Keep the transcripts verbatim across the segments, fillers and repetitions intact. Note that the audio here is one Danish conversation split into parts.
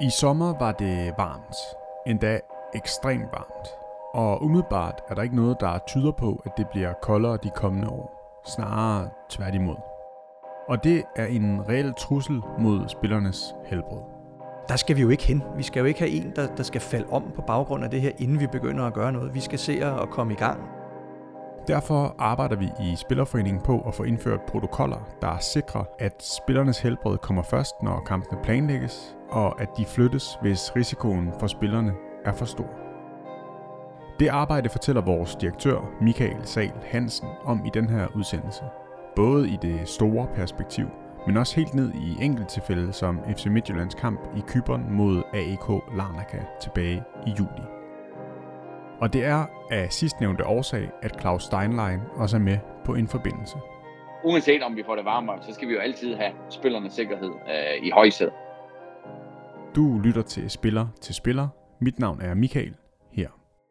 I sommer var det varmt, endda ekstremt varmt, og umiddelbart er der ikke noget, der tyder på, at det bliver koldere de kommende år. Snarere tværtimod. Og det er en reel trussel mod spillernes helbred. Der skal vi jo ikke hen. Vi skal jo ikke have en, der, der skal falde om på baggrund af det her, inden vi begynder at gøre noget. Vi skal se at komme i gang. Derfor arbejder vi i Spillerforeningen på at få indført protokoller, der sikrer, at spillernes helbred kommer først, når kampene planlægges, og at de flyttes, hvis risikoen for spillerne er for stor. Det arbejde fortæller vores direktør Michael Sahl Hansen om i den her udsendelse. Både i det store perspektiv, men også helt ned i enkelttilfælde som F C Midtjyllands kamp i Cypern mod A E K Larnaca tilbage i juli. Og det er af sidstnævnte årsag, at Claus Steinlein også er med på en forbindelse. Uanset om vi får det varmere, så skal vi jo altid have spillernes sikkerhed øh, i højsædet. Du lytter til Spiller til Spiller. Mit navn er Michael her.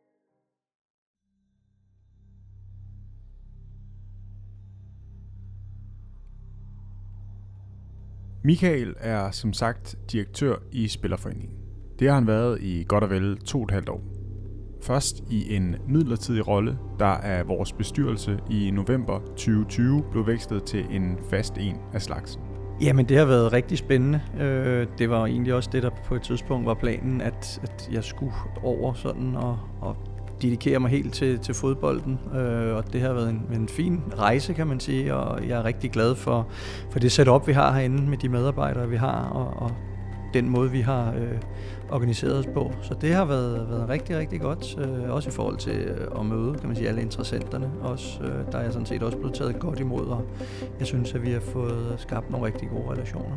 Michael er som sagt direktør i Spillerforeningen. Det har han været i godt og vel to og et halvt år. Først i en midlertidig rolle, der af vores bestyrelse i november tyve tyve blev vækstet til en fast en af slagsen. Jamen, det har været rigtig spændende. Det var egentlig også det, der på et tidspunkt var planen, at, at jeg skulle over sådan og, og dedikere mig helt til, til fodbolden. Og det har været en, en fin rejse, kan man sige, og jeg er rigtig glad for, for det setup, vi har herinde med de medarbejdere, vi har, og, og den måde, vi har øh, organiseret os på. Så det har været, været rigtig, rigtig godt, øh, også i forhold til øh, at møde, kan man sige, alle interessenterne. Også, øh, der er jeg sådan set også blevet taget godt imod, og jeg synes, at vi har fået skabt nogle rigtig gode relationer.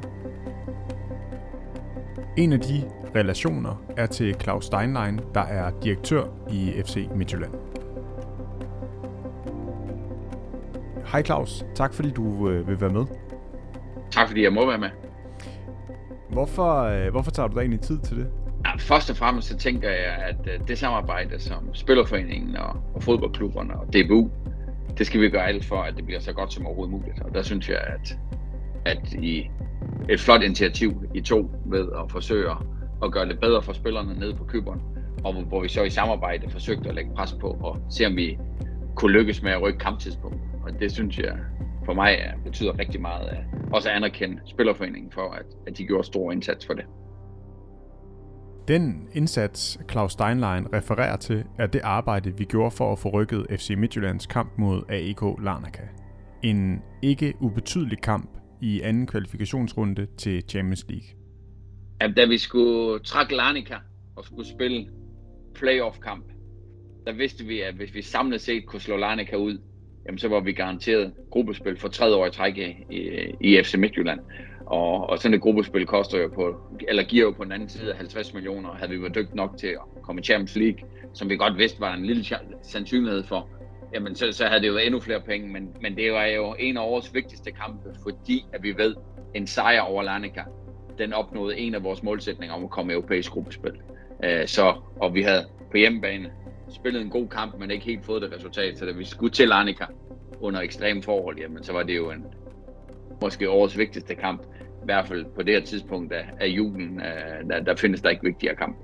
En af de relationer er til Claus Steinlein, der er direktør i F C Midtjylland. Hej Claus, tak fordi du øh, vil være med. Tak fordi jeg må være med. Hvorfor, øh, hvorfor tager du dig egentlig tid til det? Ja, først og fremmest så tænker jeg, at øh, det samarbejde som Spillerforeningen og, og fodboldklubberne og D B U, det skal vi gøre alt for, at det bliver så godt som overhovedet muligt. Og der synes jeg, at, at i et flot initiativ i to ved at forsøge at gøre det bedre for spillerne nede på Cypern, og hvor vi så i samarbejde forsøgte at lægge pres på og se, om vi kunne lykkes med at rykke kamptidspunkt. Og det synes jeg for mig betyder rigtig meget at også anerkende Spillerforeningen for, at, at de gjorde stor indsats for det. Den indsats, Claus Steinlein refererer til, er det arbejde, vi gjorde for at få rykket F C Midtjyllands kamp mod A E K Larnaca. En ikke ubetydelig kamp i anden kvalifikationsrunde til Champions League. At da vi skulle trække Larnaca og skulle spille playoff-kamp, der vidste vi, at hvis vi samlet set kunne slå Larnaca ud, jamen så var vi garanteret gruppespil for tredje år i træk i, i, i F C Midtjylland. Og, og sådan et gruppespil koster jo på, eller giver jo på den anden side halvtreds millioner, havde vi været dygtige nok til at komme i Champions League, som vi godt vidste var en lille sandsynlighed for, jamen så, så havde det jo været endnu flere penge, men, men det var jo en af årets vigtigste kampe, fordi at vi ved, en sejr over Larnaca, den opnåede en af vores målsætninger om at komme i europæisk gruppespil. Uh, så, og vi havde på hjemmebane spillet en god kamp, men ikke helt fået det resultat, så da vi skulle til Larnaca under ekstreme forhold, jamen så var det jo en måske årets vigtigste kamp, i hvert fald på det her tidspunkt af, af julen, uh, der, der findes der ikke vigtigere kamp.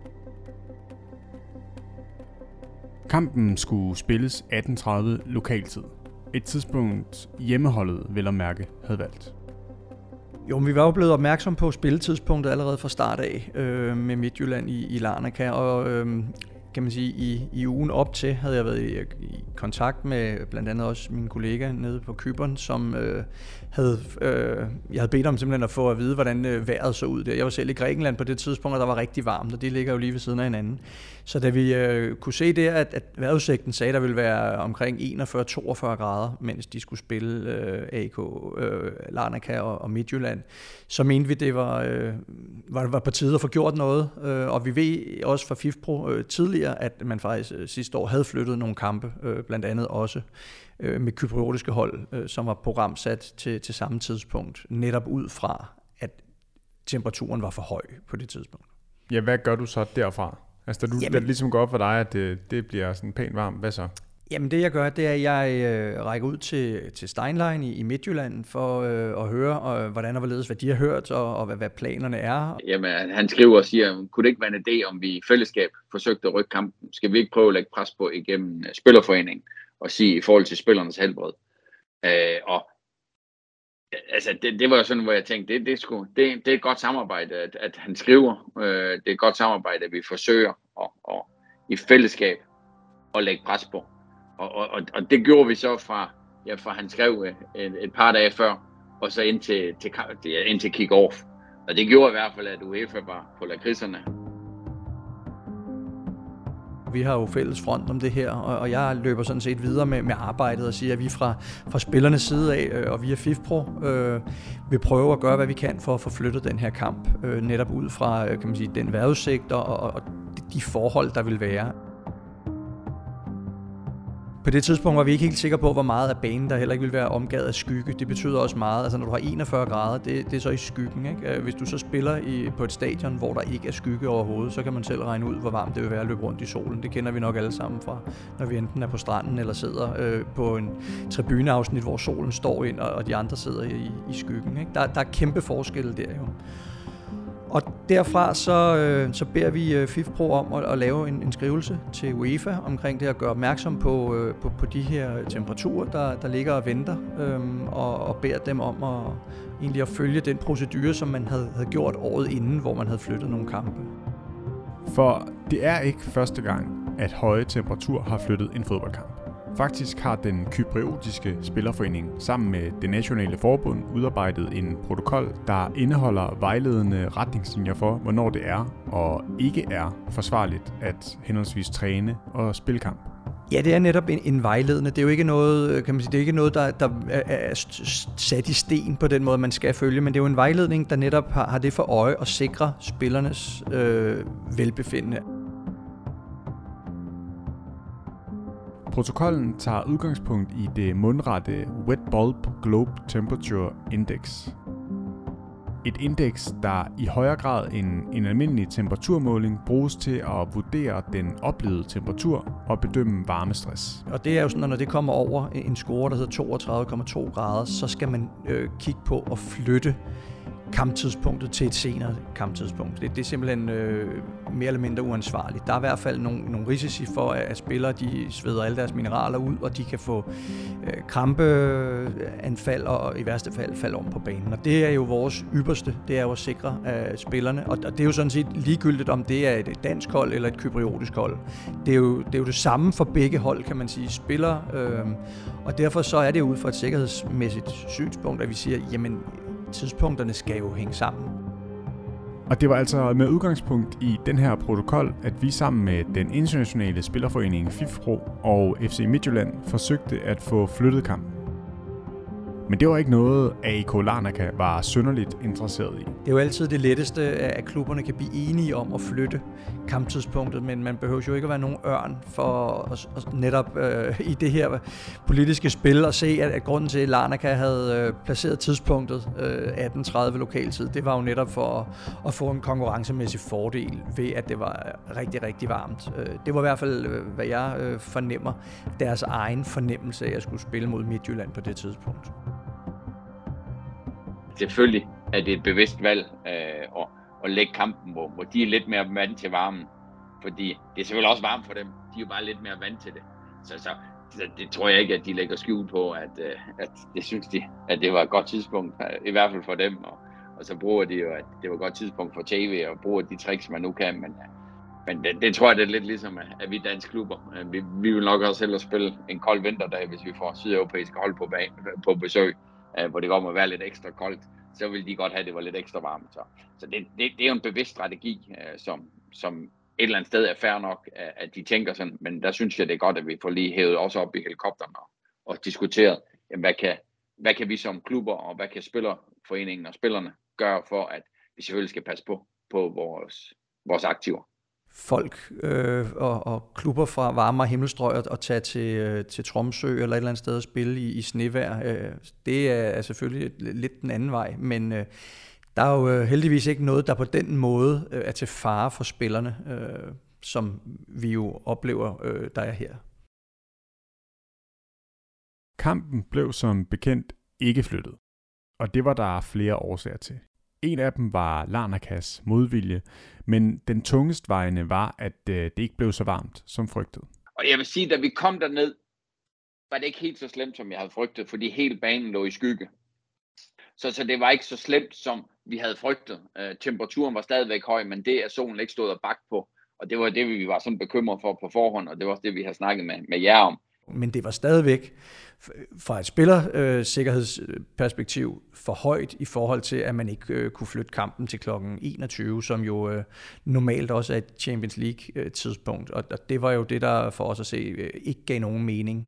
Kampen skulle spilles atten tredive lokaltid. Et tidspunkt hjemmeholdet vel at mærke havde valgt. Jo, vi var jo blevet opmærksom på spilletidspunktet allerede fra start af øh, med Midtjylland i, i Larnaca, og øh, kan man sige, i, i ugen op til havde jeg været i, i kontakt med blandt andet også min kollega nede på Cypern, som øh, havde, øh, jeg havde bedt om simpelthen at få at vide, hvordan øh, vejret så ud der. Jeg var selv i Grækenland på det tidspunkt, og der var rigtig varmt, og det ligger jo lige ved siden af hinanden. Så da vi øh, kunne se det, at, at vejrudsigten sagde, at der ville være omkring enogfyrre til toogfyrre grader, mens de skulle spille øh, A E K, øh, Larnaca og, og Midtjylland, så mente vi, det var, øh, var, var på tide at få gjort noget. Øh, og vi ved også fra FIFPro øh, tidligere, at man faktisk øh, sidste år havde flyttet nogle kampe, øh, blandt andet også øh, med kypriotiske hold, øh, som var programsat til, til samme tidspunkt, netop ud fra, at temperaturen var for høj på det tidspunkt. Ja, hvad gør du så derfra? Altså, da du, da det ligesom går op for dig, at det, det bliver sådan pænt varmt, hvad så? Jamen det jeg gør, det er, at jeg øh, rækker ud til, til Steinlein i, i Midtjylland for øh, at høre, øh, hvordan og hvorledes, hvad de har hørt, og, og hvad, hvad planerne er. Jamen han skriver og siger, kunne det ikke være en idé, om vi i fællesskab forsøgte at rykke kampen? Skal vi ikke prøve at lægge pres på igennem spillerforeningen og sige i forhold til spillernes helbred? Øh, og altså det, det var jo sådan, hvor jeg tænkte, det, det, skulle, det, det er et godt samarbejde, at, at han skriver. Øh, det er et godt samarbejde, at vi forsøger at, at, i fællesskab at lægge pres på. Og, og, og det gjorde vi så fra, ja, fra han skrev et, et par dage før, og så ind til, til, ind til kick-off. Og det gjorde i hvert fald, at UEFA var på lakridserne. Vi har jo fælles front om det her, og jeg løber sådan set videre med, med arbejdet og siger, at vi fra, fra spillernes side af, og via FIFPro, øh, vil prøve at gøre, hvad vi kan for at få flyttet den her kamp, øh, netop ud fra kan man sige, den vejrudsigt og, og de forhold, der vil være. På det tidspunkt var vi ikke helt sikre på, hvor meget af banen, der heller ikke ville være omgivet af skygge. Det betyder også meget. Altså når du har enogfyrre grader, det, det er så i skyggen, ikke? Hvis du så spiller i, på et stadion, hvor der ikke er skygge overhovedet, så kan man selv regne ud, hvor varmt det vil være at løbe rundt i solen. Det kender vi nok alle sammen fra, når vi enten er på stranden eller sidder øh, på en tribuneafsnit, hvor solen står ind, og, og de andre sidder i, i skyggen, ikke? Der, der er kæmpe forskelle der jo. Og derfra så, øh, så beder vi øh, FIFPro om at, at lave en, en skrivelse til UEFA omkring det at gøre opmærksom på, øh, på, på de her temperaturer, der, der ligger og venter, øh, og, og beder dem om at, egentlig at følge den procedure, som man havde, havde gjort året inden, hvor man havde flyttet nogle kampe. For det er ikke første gang, at høje temperaturer har flyttet en fodboldkamp. Faktisk har den kypriotiske spillerforening sammen med det nationale forbund udarbejdet en protokol, der indeholder vejledende retningslinjer for, hvornår det er og ikke er forsvarligt at henholdsvis træne og spille kamp. Ja, det er netop en, en vejledende. Det er jo ikke noget, kan man sige, det er ikke noget, der, der er sat i sten på den måde, man skal følge, men det er jo en vejledning, der netop har, har det for øje at sikre spillernes øh, velbefindende. Protokollen tager udgangspunkt i det mundrette Wet Bulb Globe Temperature Index. Et indeks, der i højere grad end en almindelig temperaturmåling bruges til at vurdere den oplevede temperatur og bedømme varmestress. Og det er jo sådan, at når det kommer over en score, der hedder toogtredive komma to grader, så skal man øh, kigge på at flytte kamptidspunktet til et senere kamptidspunkt. Det, det er simpelthen øh, mere eller mindre uansvarligt. Der er i hvert fald nogle, nogle risici for, at spillere de sveder alle deres mineraler ud, og de kan få øh, krampeanfald og i værste fald falde om på banen. Og det er jo vores ypperste, det er jo at sikre øh, spillerne. Og, og det er jo sådan set ligegyldigt, om det er et dansk hold eller et kypriotisk hold. Det er jo det, er jo det samme for begge hold, kan man sige, spillere. Øh, og derfor så er det ud fra et sikkerhedsmæssigt synspunkt, at vi siger, jamen tidspunkterne skal jo hænge sammen. Og det var altså med udgangspunkt i den her protokol, at vi sammen med den internationale spillerforening FIFPro og F C Midtjylland forsøgte at få flyttet kampen. Men det var ikke noget, A I K Larnaca var synderligt interesseret i. Det er jo altid det letteste, at klubberne kan blive enige om at flytte kamptidspunktet, men man behøver jo ikke at være nogen ørn for at, at netop øh, i det her politiske spil at se, at, at grunden til, at Larnaca havde øh, placeret tidspunktet øh, atten tredive lokaltid, det var jo netop for at, at få en konkurrencemæssig fordel ved, at det var rigtig, rigtig varmt. Øh, det var i hvert fald, øh, hvad jeg øh, fornemmer, deres egen fornemmelse af at skulle spille mod Midtjylland på det tidspunkt. Selvfølgelig er det et bevidst valg øh, at, at lægge kampen, hvor, hvor de er lidt mere vant til varmen. Fordi det er selvfølgelig også varmt for dem. De er jo bare lidt mere vant til det. Så, så, så det tror jeg ikke, at de lægger skjul på, at, øh, at det synes de, at det var et godt tidspunkt. I hvert fald for dem. Og, og så bruger de jo, at det var et godt tidspunkt for tv, og bruger de tricks, man nu kan. Men, men det, det tror jeg, det er lidt ligesom, at vi danske klubber. Vi, vi vil nok også hellere spille en kold vinterdag, hvis vi får sydeuropæiske hold på, bag, på besøg, hvor det kommer at være lidt ekstra koldt, så vil de godt have, at det var lidt ekstra varmt. Så, så det, det, det er jo en bevidst strategi, som, som et eller andet sted er fair nok, at de tænker sådan, men der synes jeg, det er godt, at vi får lige hævet også op i helikopteren og, og diskuteret, jamen, hvad, kan, hvad kan vi som klubber, og hvad kan spillerforeningen og spillerne gøre for, at vi selvfølgelig skal passe på, på vores, vores aktiver. Folk øh, og, og klubber fra varme og himmelstrøg og tage til, øh, til Tromsø eller et eller andet sted at spille i, i snevejr. Øh, det er, er selvfølgelig lidt den anden vej, men øh, der er jo heldigvis ikke noget, der på den måde øh, er til fare for spillerne, øh, som vi jo oplever, øh, der er her. Kampen blev som bekendt ikke flyttet, og det var der flere årsager til. En af dem var Larnacas modvilje, men den tungest vejende var, at det ikke blev så varmt som frygtet. Og jeg vil sige, da vi kom derned, var det ikke helt så slemt, som jeg havde frygtet, fordi hele banen lå i skygge. Så, så det var ikke så slemt, som vi havde frygtet. Uh, temperaturen var stadigvæk høj, men det er solen ikke stod og bagt på. Og det var det, vi var sådan bekymret for på forhånd, og det var også det, vi havde snakket med, med jer om. Men det var stadigvæk fra et spillersikkerhedsperspektiv for højt i forhold til, at man ikke øh, kunne flytte kampen til klokken enogtyve, som jo øh, normalt også er et Champions League-tidspunkt. Og, og det var jo det, der for os at se øh, ikke gav nogen mening.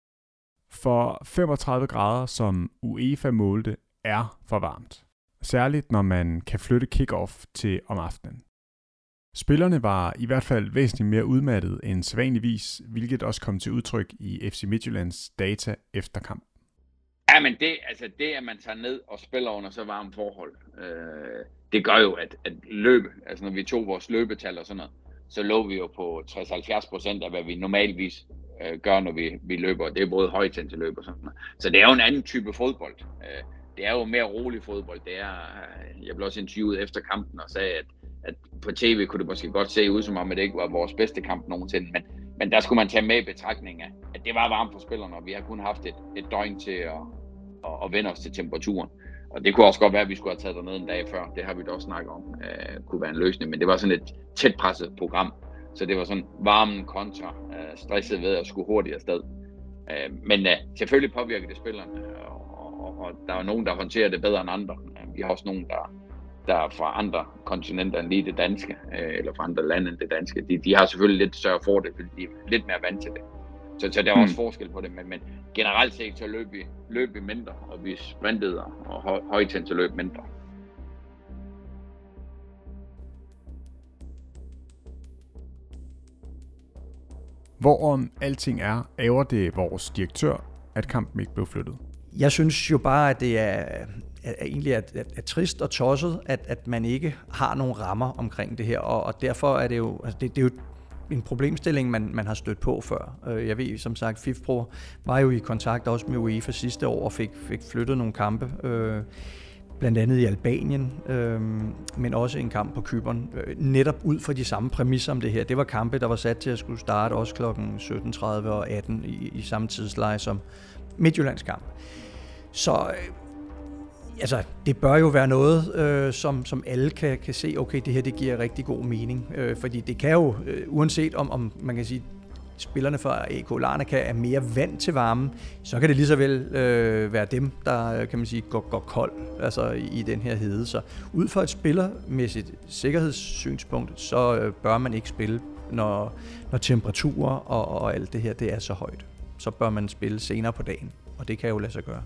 For femogtredive grader, som UEFA målte, er for varmt. Særligt når man kan flytte kick-off til om aftenen. Spillerne var i hvert fald væsentligt mere udmattet end sædvanligvis, hvilket også kom til udtryk i F C Midtjyllands data efter kampen. Ja, men det, altså det, at man tager ned og spiller under så varme forhold, øh, det gør jo, at, at løbe, altså når vi tog vores løbetal og sådan noget, så lå vi jo på tres til halvfjerds procent af, hvad vi normalvis øh, gør, når vi, vi løber. Det er både højtempsløb og sådan noget. Så det er jo en anden type fodbold. Øh, det er jo mere rolig fodbold. Det er, jeg blev også interviewet efter kampen og sagde, at at på tv kunne det måske godt se ud som om, at det ikke var vores bedste kamp nogensinde, men, men der skulle man tage med i betragtning af, at det var varmt for spillerne, og vi har kun haft et, et døgn til at, at, at vende os til temperaturen. Og det kunne også godt være, at vi skulle have taget derned en dag før, det har vi da også snakket om, uh, kunne være en løsning, men det var sådan et tæt presset program, så det var sådan varmen kontra, uh, stresset ved at skulle hurtigt afsted. Uh, men uh, selvfølgelig påvirker det spillerne, og, og, og der er nogen, der håndterer det bedre end andre. Uh, vi har også nogen, der der er fra andre kontinenter end lige det danske, øh, eller fra andre lande end det danske, de, de har selvfølgelig lidt større fordel, fordi de er lidt mere vant til det. Så, så der er også mm. forskel på det, men, men generelt set så løb vi, løb vi mindre, og vi sprintede og høj, højtempsrød løb mindre. Hvorom alting er, ærger det vores direktør, at kampen ikke blev flyttet. Jeg synes jo bare, at det er, er egentlig er, er, er trist og tosset, at, at man ikke har nogen rammer omkring det her, og, og derfor er det jo, altså det, det er jo en problemstilling, man, man har stødt på før. Jeg ved, som sagt, FIFPro var jo i kontakt også med UEFA sidste år og fik, fik flyttet nogle kampe, øh, blandt andet i Albanien, øh, men også en kamp på Cypern, øh, netop ud fra de samme præmisser om det her. Det var kampe, der var sat til at skulle starte også klokken sytten tredive og atten i, i samme tidsleje som Midtjyllands kamp. Så øh, altså, det bør jo være noget, øh, som, som alle kan, kan se, okay, det her det giver rigtig god mening. Øh, fordi det kan jo, øh, uanset om, om man kan sige, spillerne fra A K Larnaca er mere vant til varmen, så kan det lige så vel øh, være dem, der kan man sige, går, går kold altså, i, i den her hede. Så ud fra et spillermæssigt sikkerhedssynspunkt, så øh, bør man ikke spille, når, når temperaturer og, og alt det her det er så højt. Så bør man spille senere på dagen, og det kan jo lade sig gøre.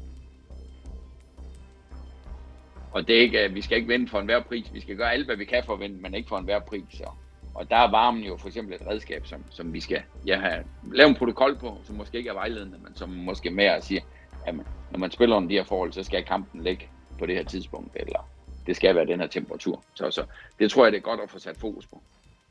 Og det er ikke, vi skal ikke vinde for enhver pris. Vi skal gøre alt, hvad vi kan for at vinde, men ikke for enhver pris. Og, og der er varmen jo for eksempel et redskab, som, som vi skal ja, have, lave en protokol på, som måske ikke er vejledende, men som måske mere siger, at når man spiller om de her forhold, så skal kampen ligge på det her tidspunkt, eller det skal være den her temperatur. Så, så det tror jeg, det er godt at få sat fokus på.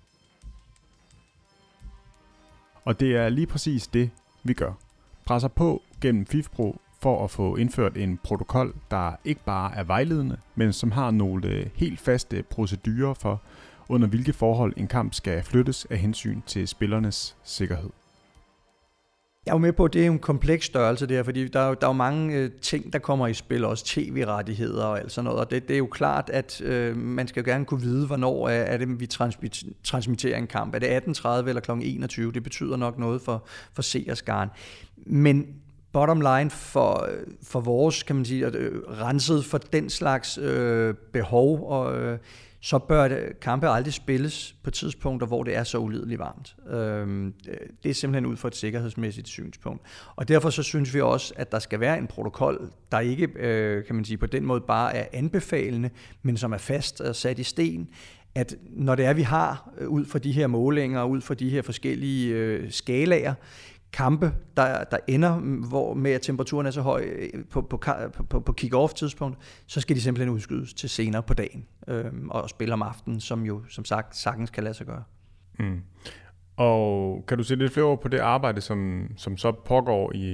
Og det er lige præcis det, vi gør. Presser på gennem FIFPro for at få indført en protokol, der ikke bare er vejledende, men som har nogle helt faste procedurer for, under hvilke forhold en kamp skal flyttes af hensyn til spillernes sikkerhed. Jeg er jo med på, at det er en kompleks størrelse der, fordi der er, der er jo mange øh, ting, der kommer i spil, også tv-rettigheder og alt sådan noget, og det, det er jo klart, at øh, man skal gerne kunne vide, hvornår er, er det, vi transmit, transmitterer en kamp. Er det atten tredive eller klokken enogtyve? Det betyder nok noget for, for seerskaren. Men bottom line for, for vores, kan man sige, at, øh, renset for den slags øh, behov, og øh, så bør det, kampe aldrig spilles på tidspunkter, hvor det er så ulideligt varmt. Øh, det er simpelthen ud fra et sikkerhedsmæssigt synspunkt. Og derfor så synes vi også, at der skal være en protokol, der ikke, øh, kan man sige, på den måde bare er anbefalende, men som er fast og sat i sten, at når det er, vi har ud fra de her målinger, ud fra de her forskellige øh, skalaer, kampe, der, der ender hvor med, at temperaturen er så høj på, på, på, på kick-off tidspunkt, så skal de simpelthen udskydes til senere på dagen øhm, og spille om aftenen, som jo som sagt sagtens kan lade sig gøre. Mm. Og kan du se lidt flere ord på det arbejde, som, som så pågår i,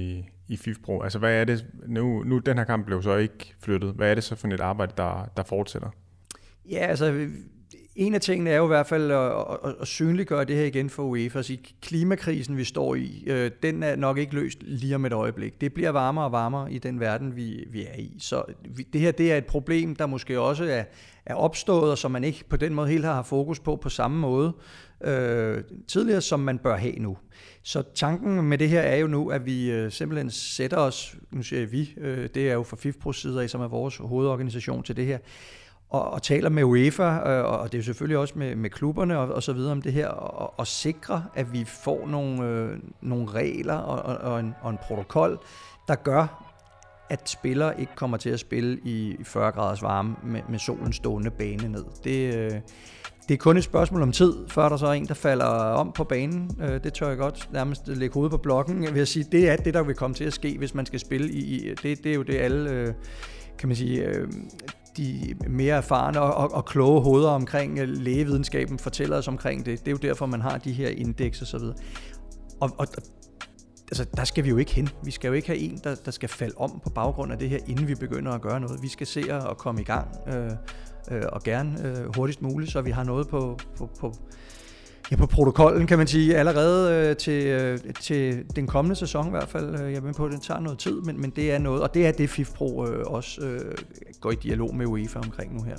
i FIFPro? Altså hvad er det, nu, nu den her kamp blev så ikke flyttet, hvad er det så for et arbejde, der, der fortsætter? Ja, altså en af tingene er jo i hvert fald at, at, at synliggøre det her igen for UEFA. Så klimakrisen, vi står i, øh, den er nok ikke løst lige om et øjeblik. Det bliver varmere og varmere i den verden, vi, vi er i. Så vi, det her det er et problem, der måske også er, er opstået, og som man ikke på den måde helt har fokus på på samme måde øh, tidligere, som man bør have nu. Så tanken med det her er jo nu, at vi øh, simpelthen sætter os, nu siger jeg vi, øh, det er jo fra FIFPros side af, som er vores hovedorganisation til det her, Og, og taler med UEFA, øh, og det er jo selvfølgelig også med, med klubberne og, og så videre om det her, og, og sikre, at vi får nogle, øh, nogle regler og, og, og, en, og en protokol, der gør, at spillere ikke kommer til at spille i fyrre graders varme med, med solen stående bane ned. Det, øh, det er kun et spørgsmål om tid, før der så er en, der falder om på banen. Øh, det tør jeg godt nærmest lægge hovedet på blokken. Jeg vil sige, det er det, der vil komme til at ske, hvis man skal spille i. Det, det er jo det alle, øh, kan man sige, øh, de mere erfarne og, og, og kloge hoveder omkring lægevidenskaben fortæller os omkring det. Det er jo derfor, man har de her indeks og så videre. Og, og altså, der skal vi jo ikke hen. Vi skal jo ikke have en, der, der skal falde om på baggrund af det her, inden vi begynder at gøre noget. Vi skal se at komme i gang, øh, øh, og gerne øh, hurtigst muligt, så vi har noget på, på, på, ja, på protokollen, kan man sige, allerede øh, til, øh, til den kommende sæson i hvert fald. Jeg er med på, at det tager noget tid, men, men det er noget, og det er det FIFPro øh, også øh, går i dialog med UEFA omkring nu her.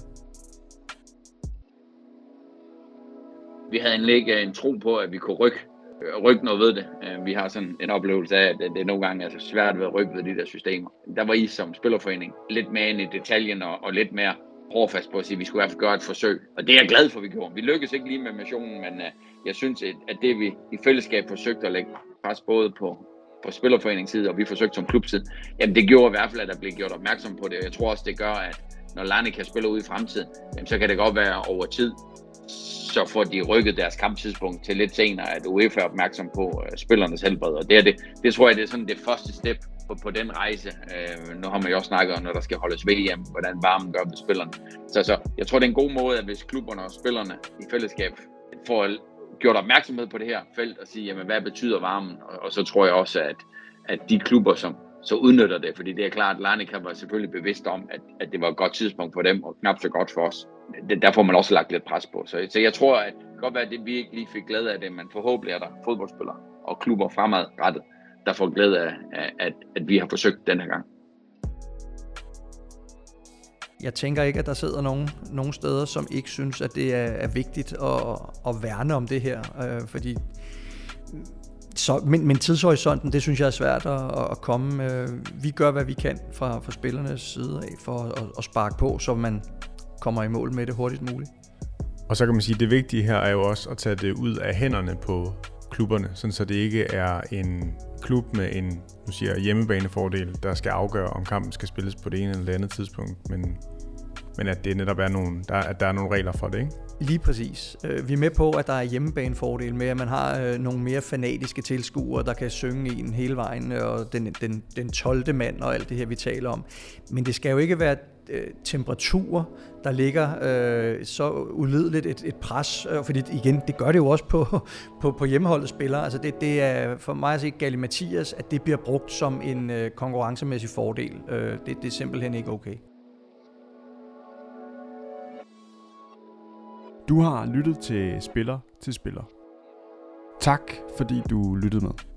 Vi havde egentlig ikke en tro på, at vi kunne rykke, rykke noget ved det. Vi har sådan en oplevelse af, at det nogle gange er svært ved at rykke ved de der systemer. Der var I som spillerforening lidt mere ind i detaljen og, og lidt mere hårdfast på at sige, at vi skulle i hvert fald gøre et forsøg. Og det er jeg glad for, at vi gjorde. Vi lykkedes ikke lige med missionen, men uh, jeg synes, at det vi i fællesskab forsøgte at lægge pres både på, på spillerforeningens side, og vi forsøgte som klubside, jamen det gjorde i hvert fald, at der blev gjort opmærksom på det. Og jeg tror også, det gør, at når Larnaca spiller ud i fremtiden, jamen så kan det godt være over tid, så får de rykket deres kamptidspunkt til lidt senere, at UEFA er opmærksom på uh, spillernes helbred. Og det er det. Det tror jeg, det er sådan det første step på, på den rejse. Uh, nu har man jo også snakket om, når der skal holdes V M, hvordan varmen gør ved spillerne. Så, så jeg tror, det er en god måde, at hvis klubberne og spillerne i fællesskab får gjort opmærksomhed på det her felt og sige, jamen hvad betyder varmen? Og, og så tror jeg også, at, at de klubber, som så udnytter det, fordi det er klart, at Larnaca var selvfølgelig bevidst om, at, at det var et godt tidspunkt for dem, og knap så godt for os. Det, der får man også lagt lidt pres på. Så, så jeg tror, at det kan godt være, at det, vi ikke lige fik glæde af det, men forhåbentlig er der fodboldspillere og klubber fremadrettet, der får glæde af, af at, at vi har forsøgt den her gang. Jeg tænker ikke, at der sidder nogen, nogen steder, som ikke synes, at det er, er vigtigt at, at værne om det her, øh, fordi så, men, men tidshorisonten, det synes jeg er svært at, at komme. Øh, vi gør, hvad vi kan fra, fra spillernes side af, for at, at sparke på, så man kommer i mål med det hurtigst muligt. Og så kan man sige, at det vigtige her er jo også at tage det ud af hænderne på klubberne, sådan så det ikke er en klub med en, nu siger jeg, hjemmebanefordel, der skal afgøre, om kampen skal spilles på det ene eller det andet tidspunkt, men, men at det netop er nogle, der, at der er nogle regler for det, ikke? Lige præcis. Vi er med på, at der er hjemmebanefordel med, at man har nogle mere fanatiske tilskuere, der kan synge en hele vejen, og den, den, den tolvte mand og alt det her, vi taler om. Men det skal jo ikke være temperaturer, der ligger øh, så ulideligt et, et pres, øh, fordi igen, det gør det jo også på, på, på hjemmeholdets spillere. Altså det, det er for mig at sige Galimatias, at det bliver brugt som en øh, konkurrencemæssig fordel. Øh, det, det er simpelthen ikke okay. Du har lyttet til Spiller til Spiller. Tak fordi du lyttede med.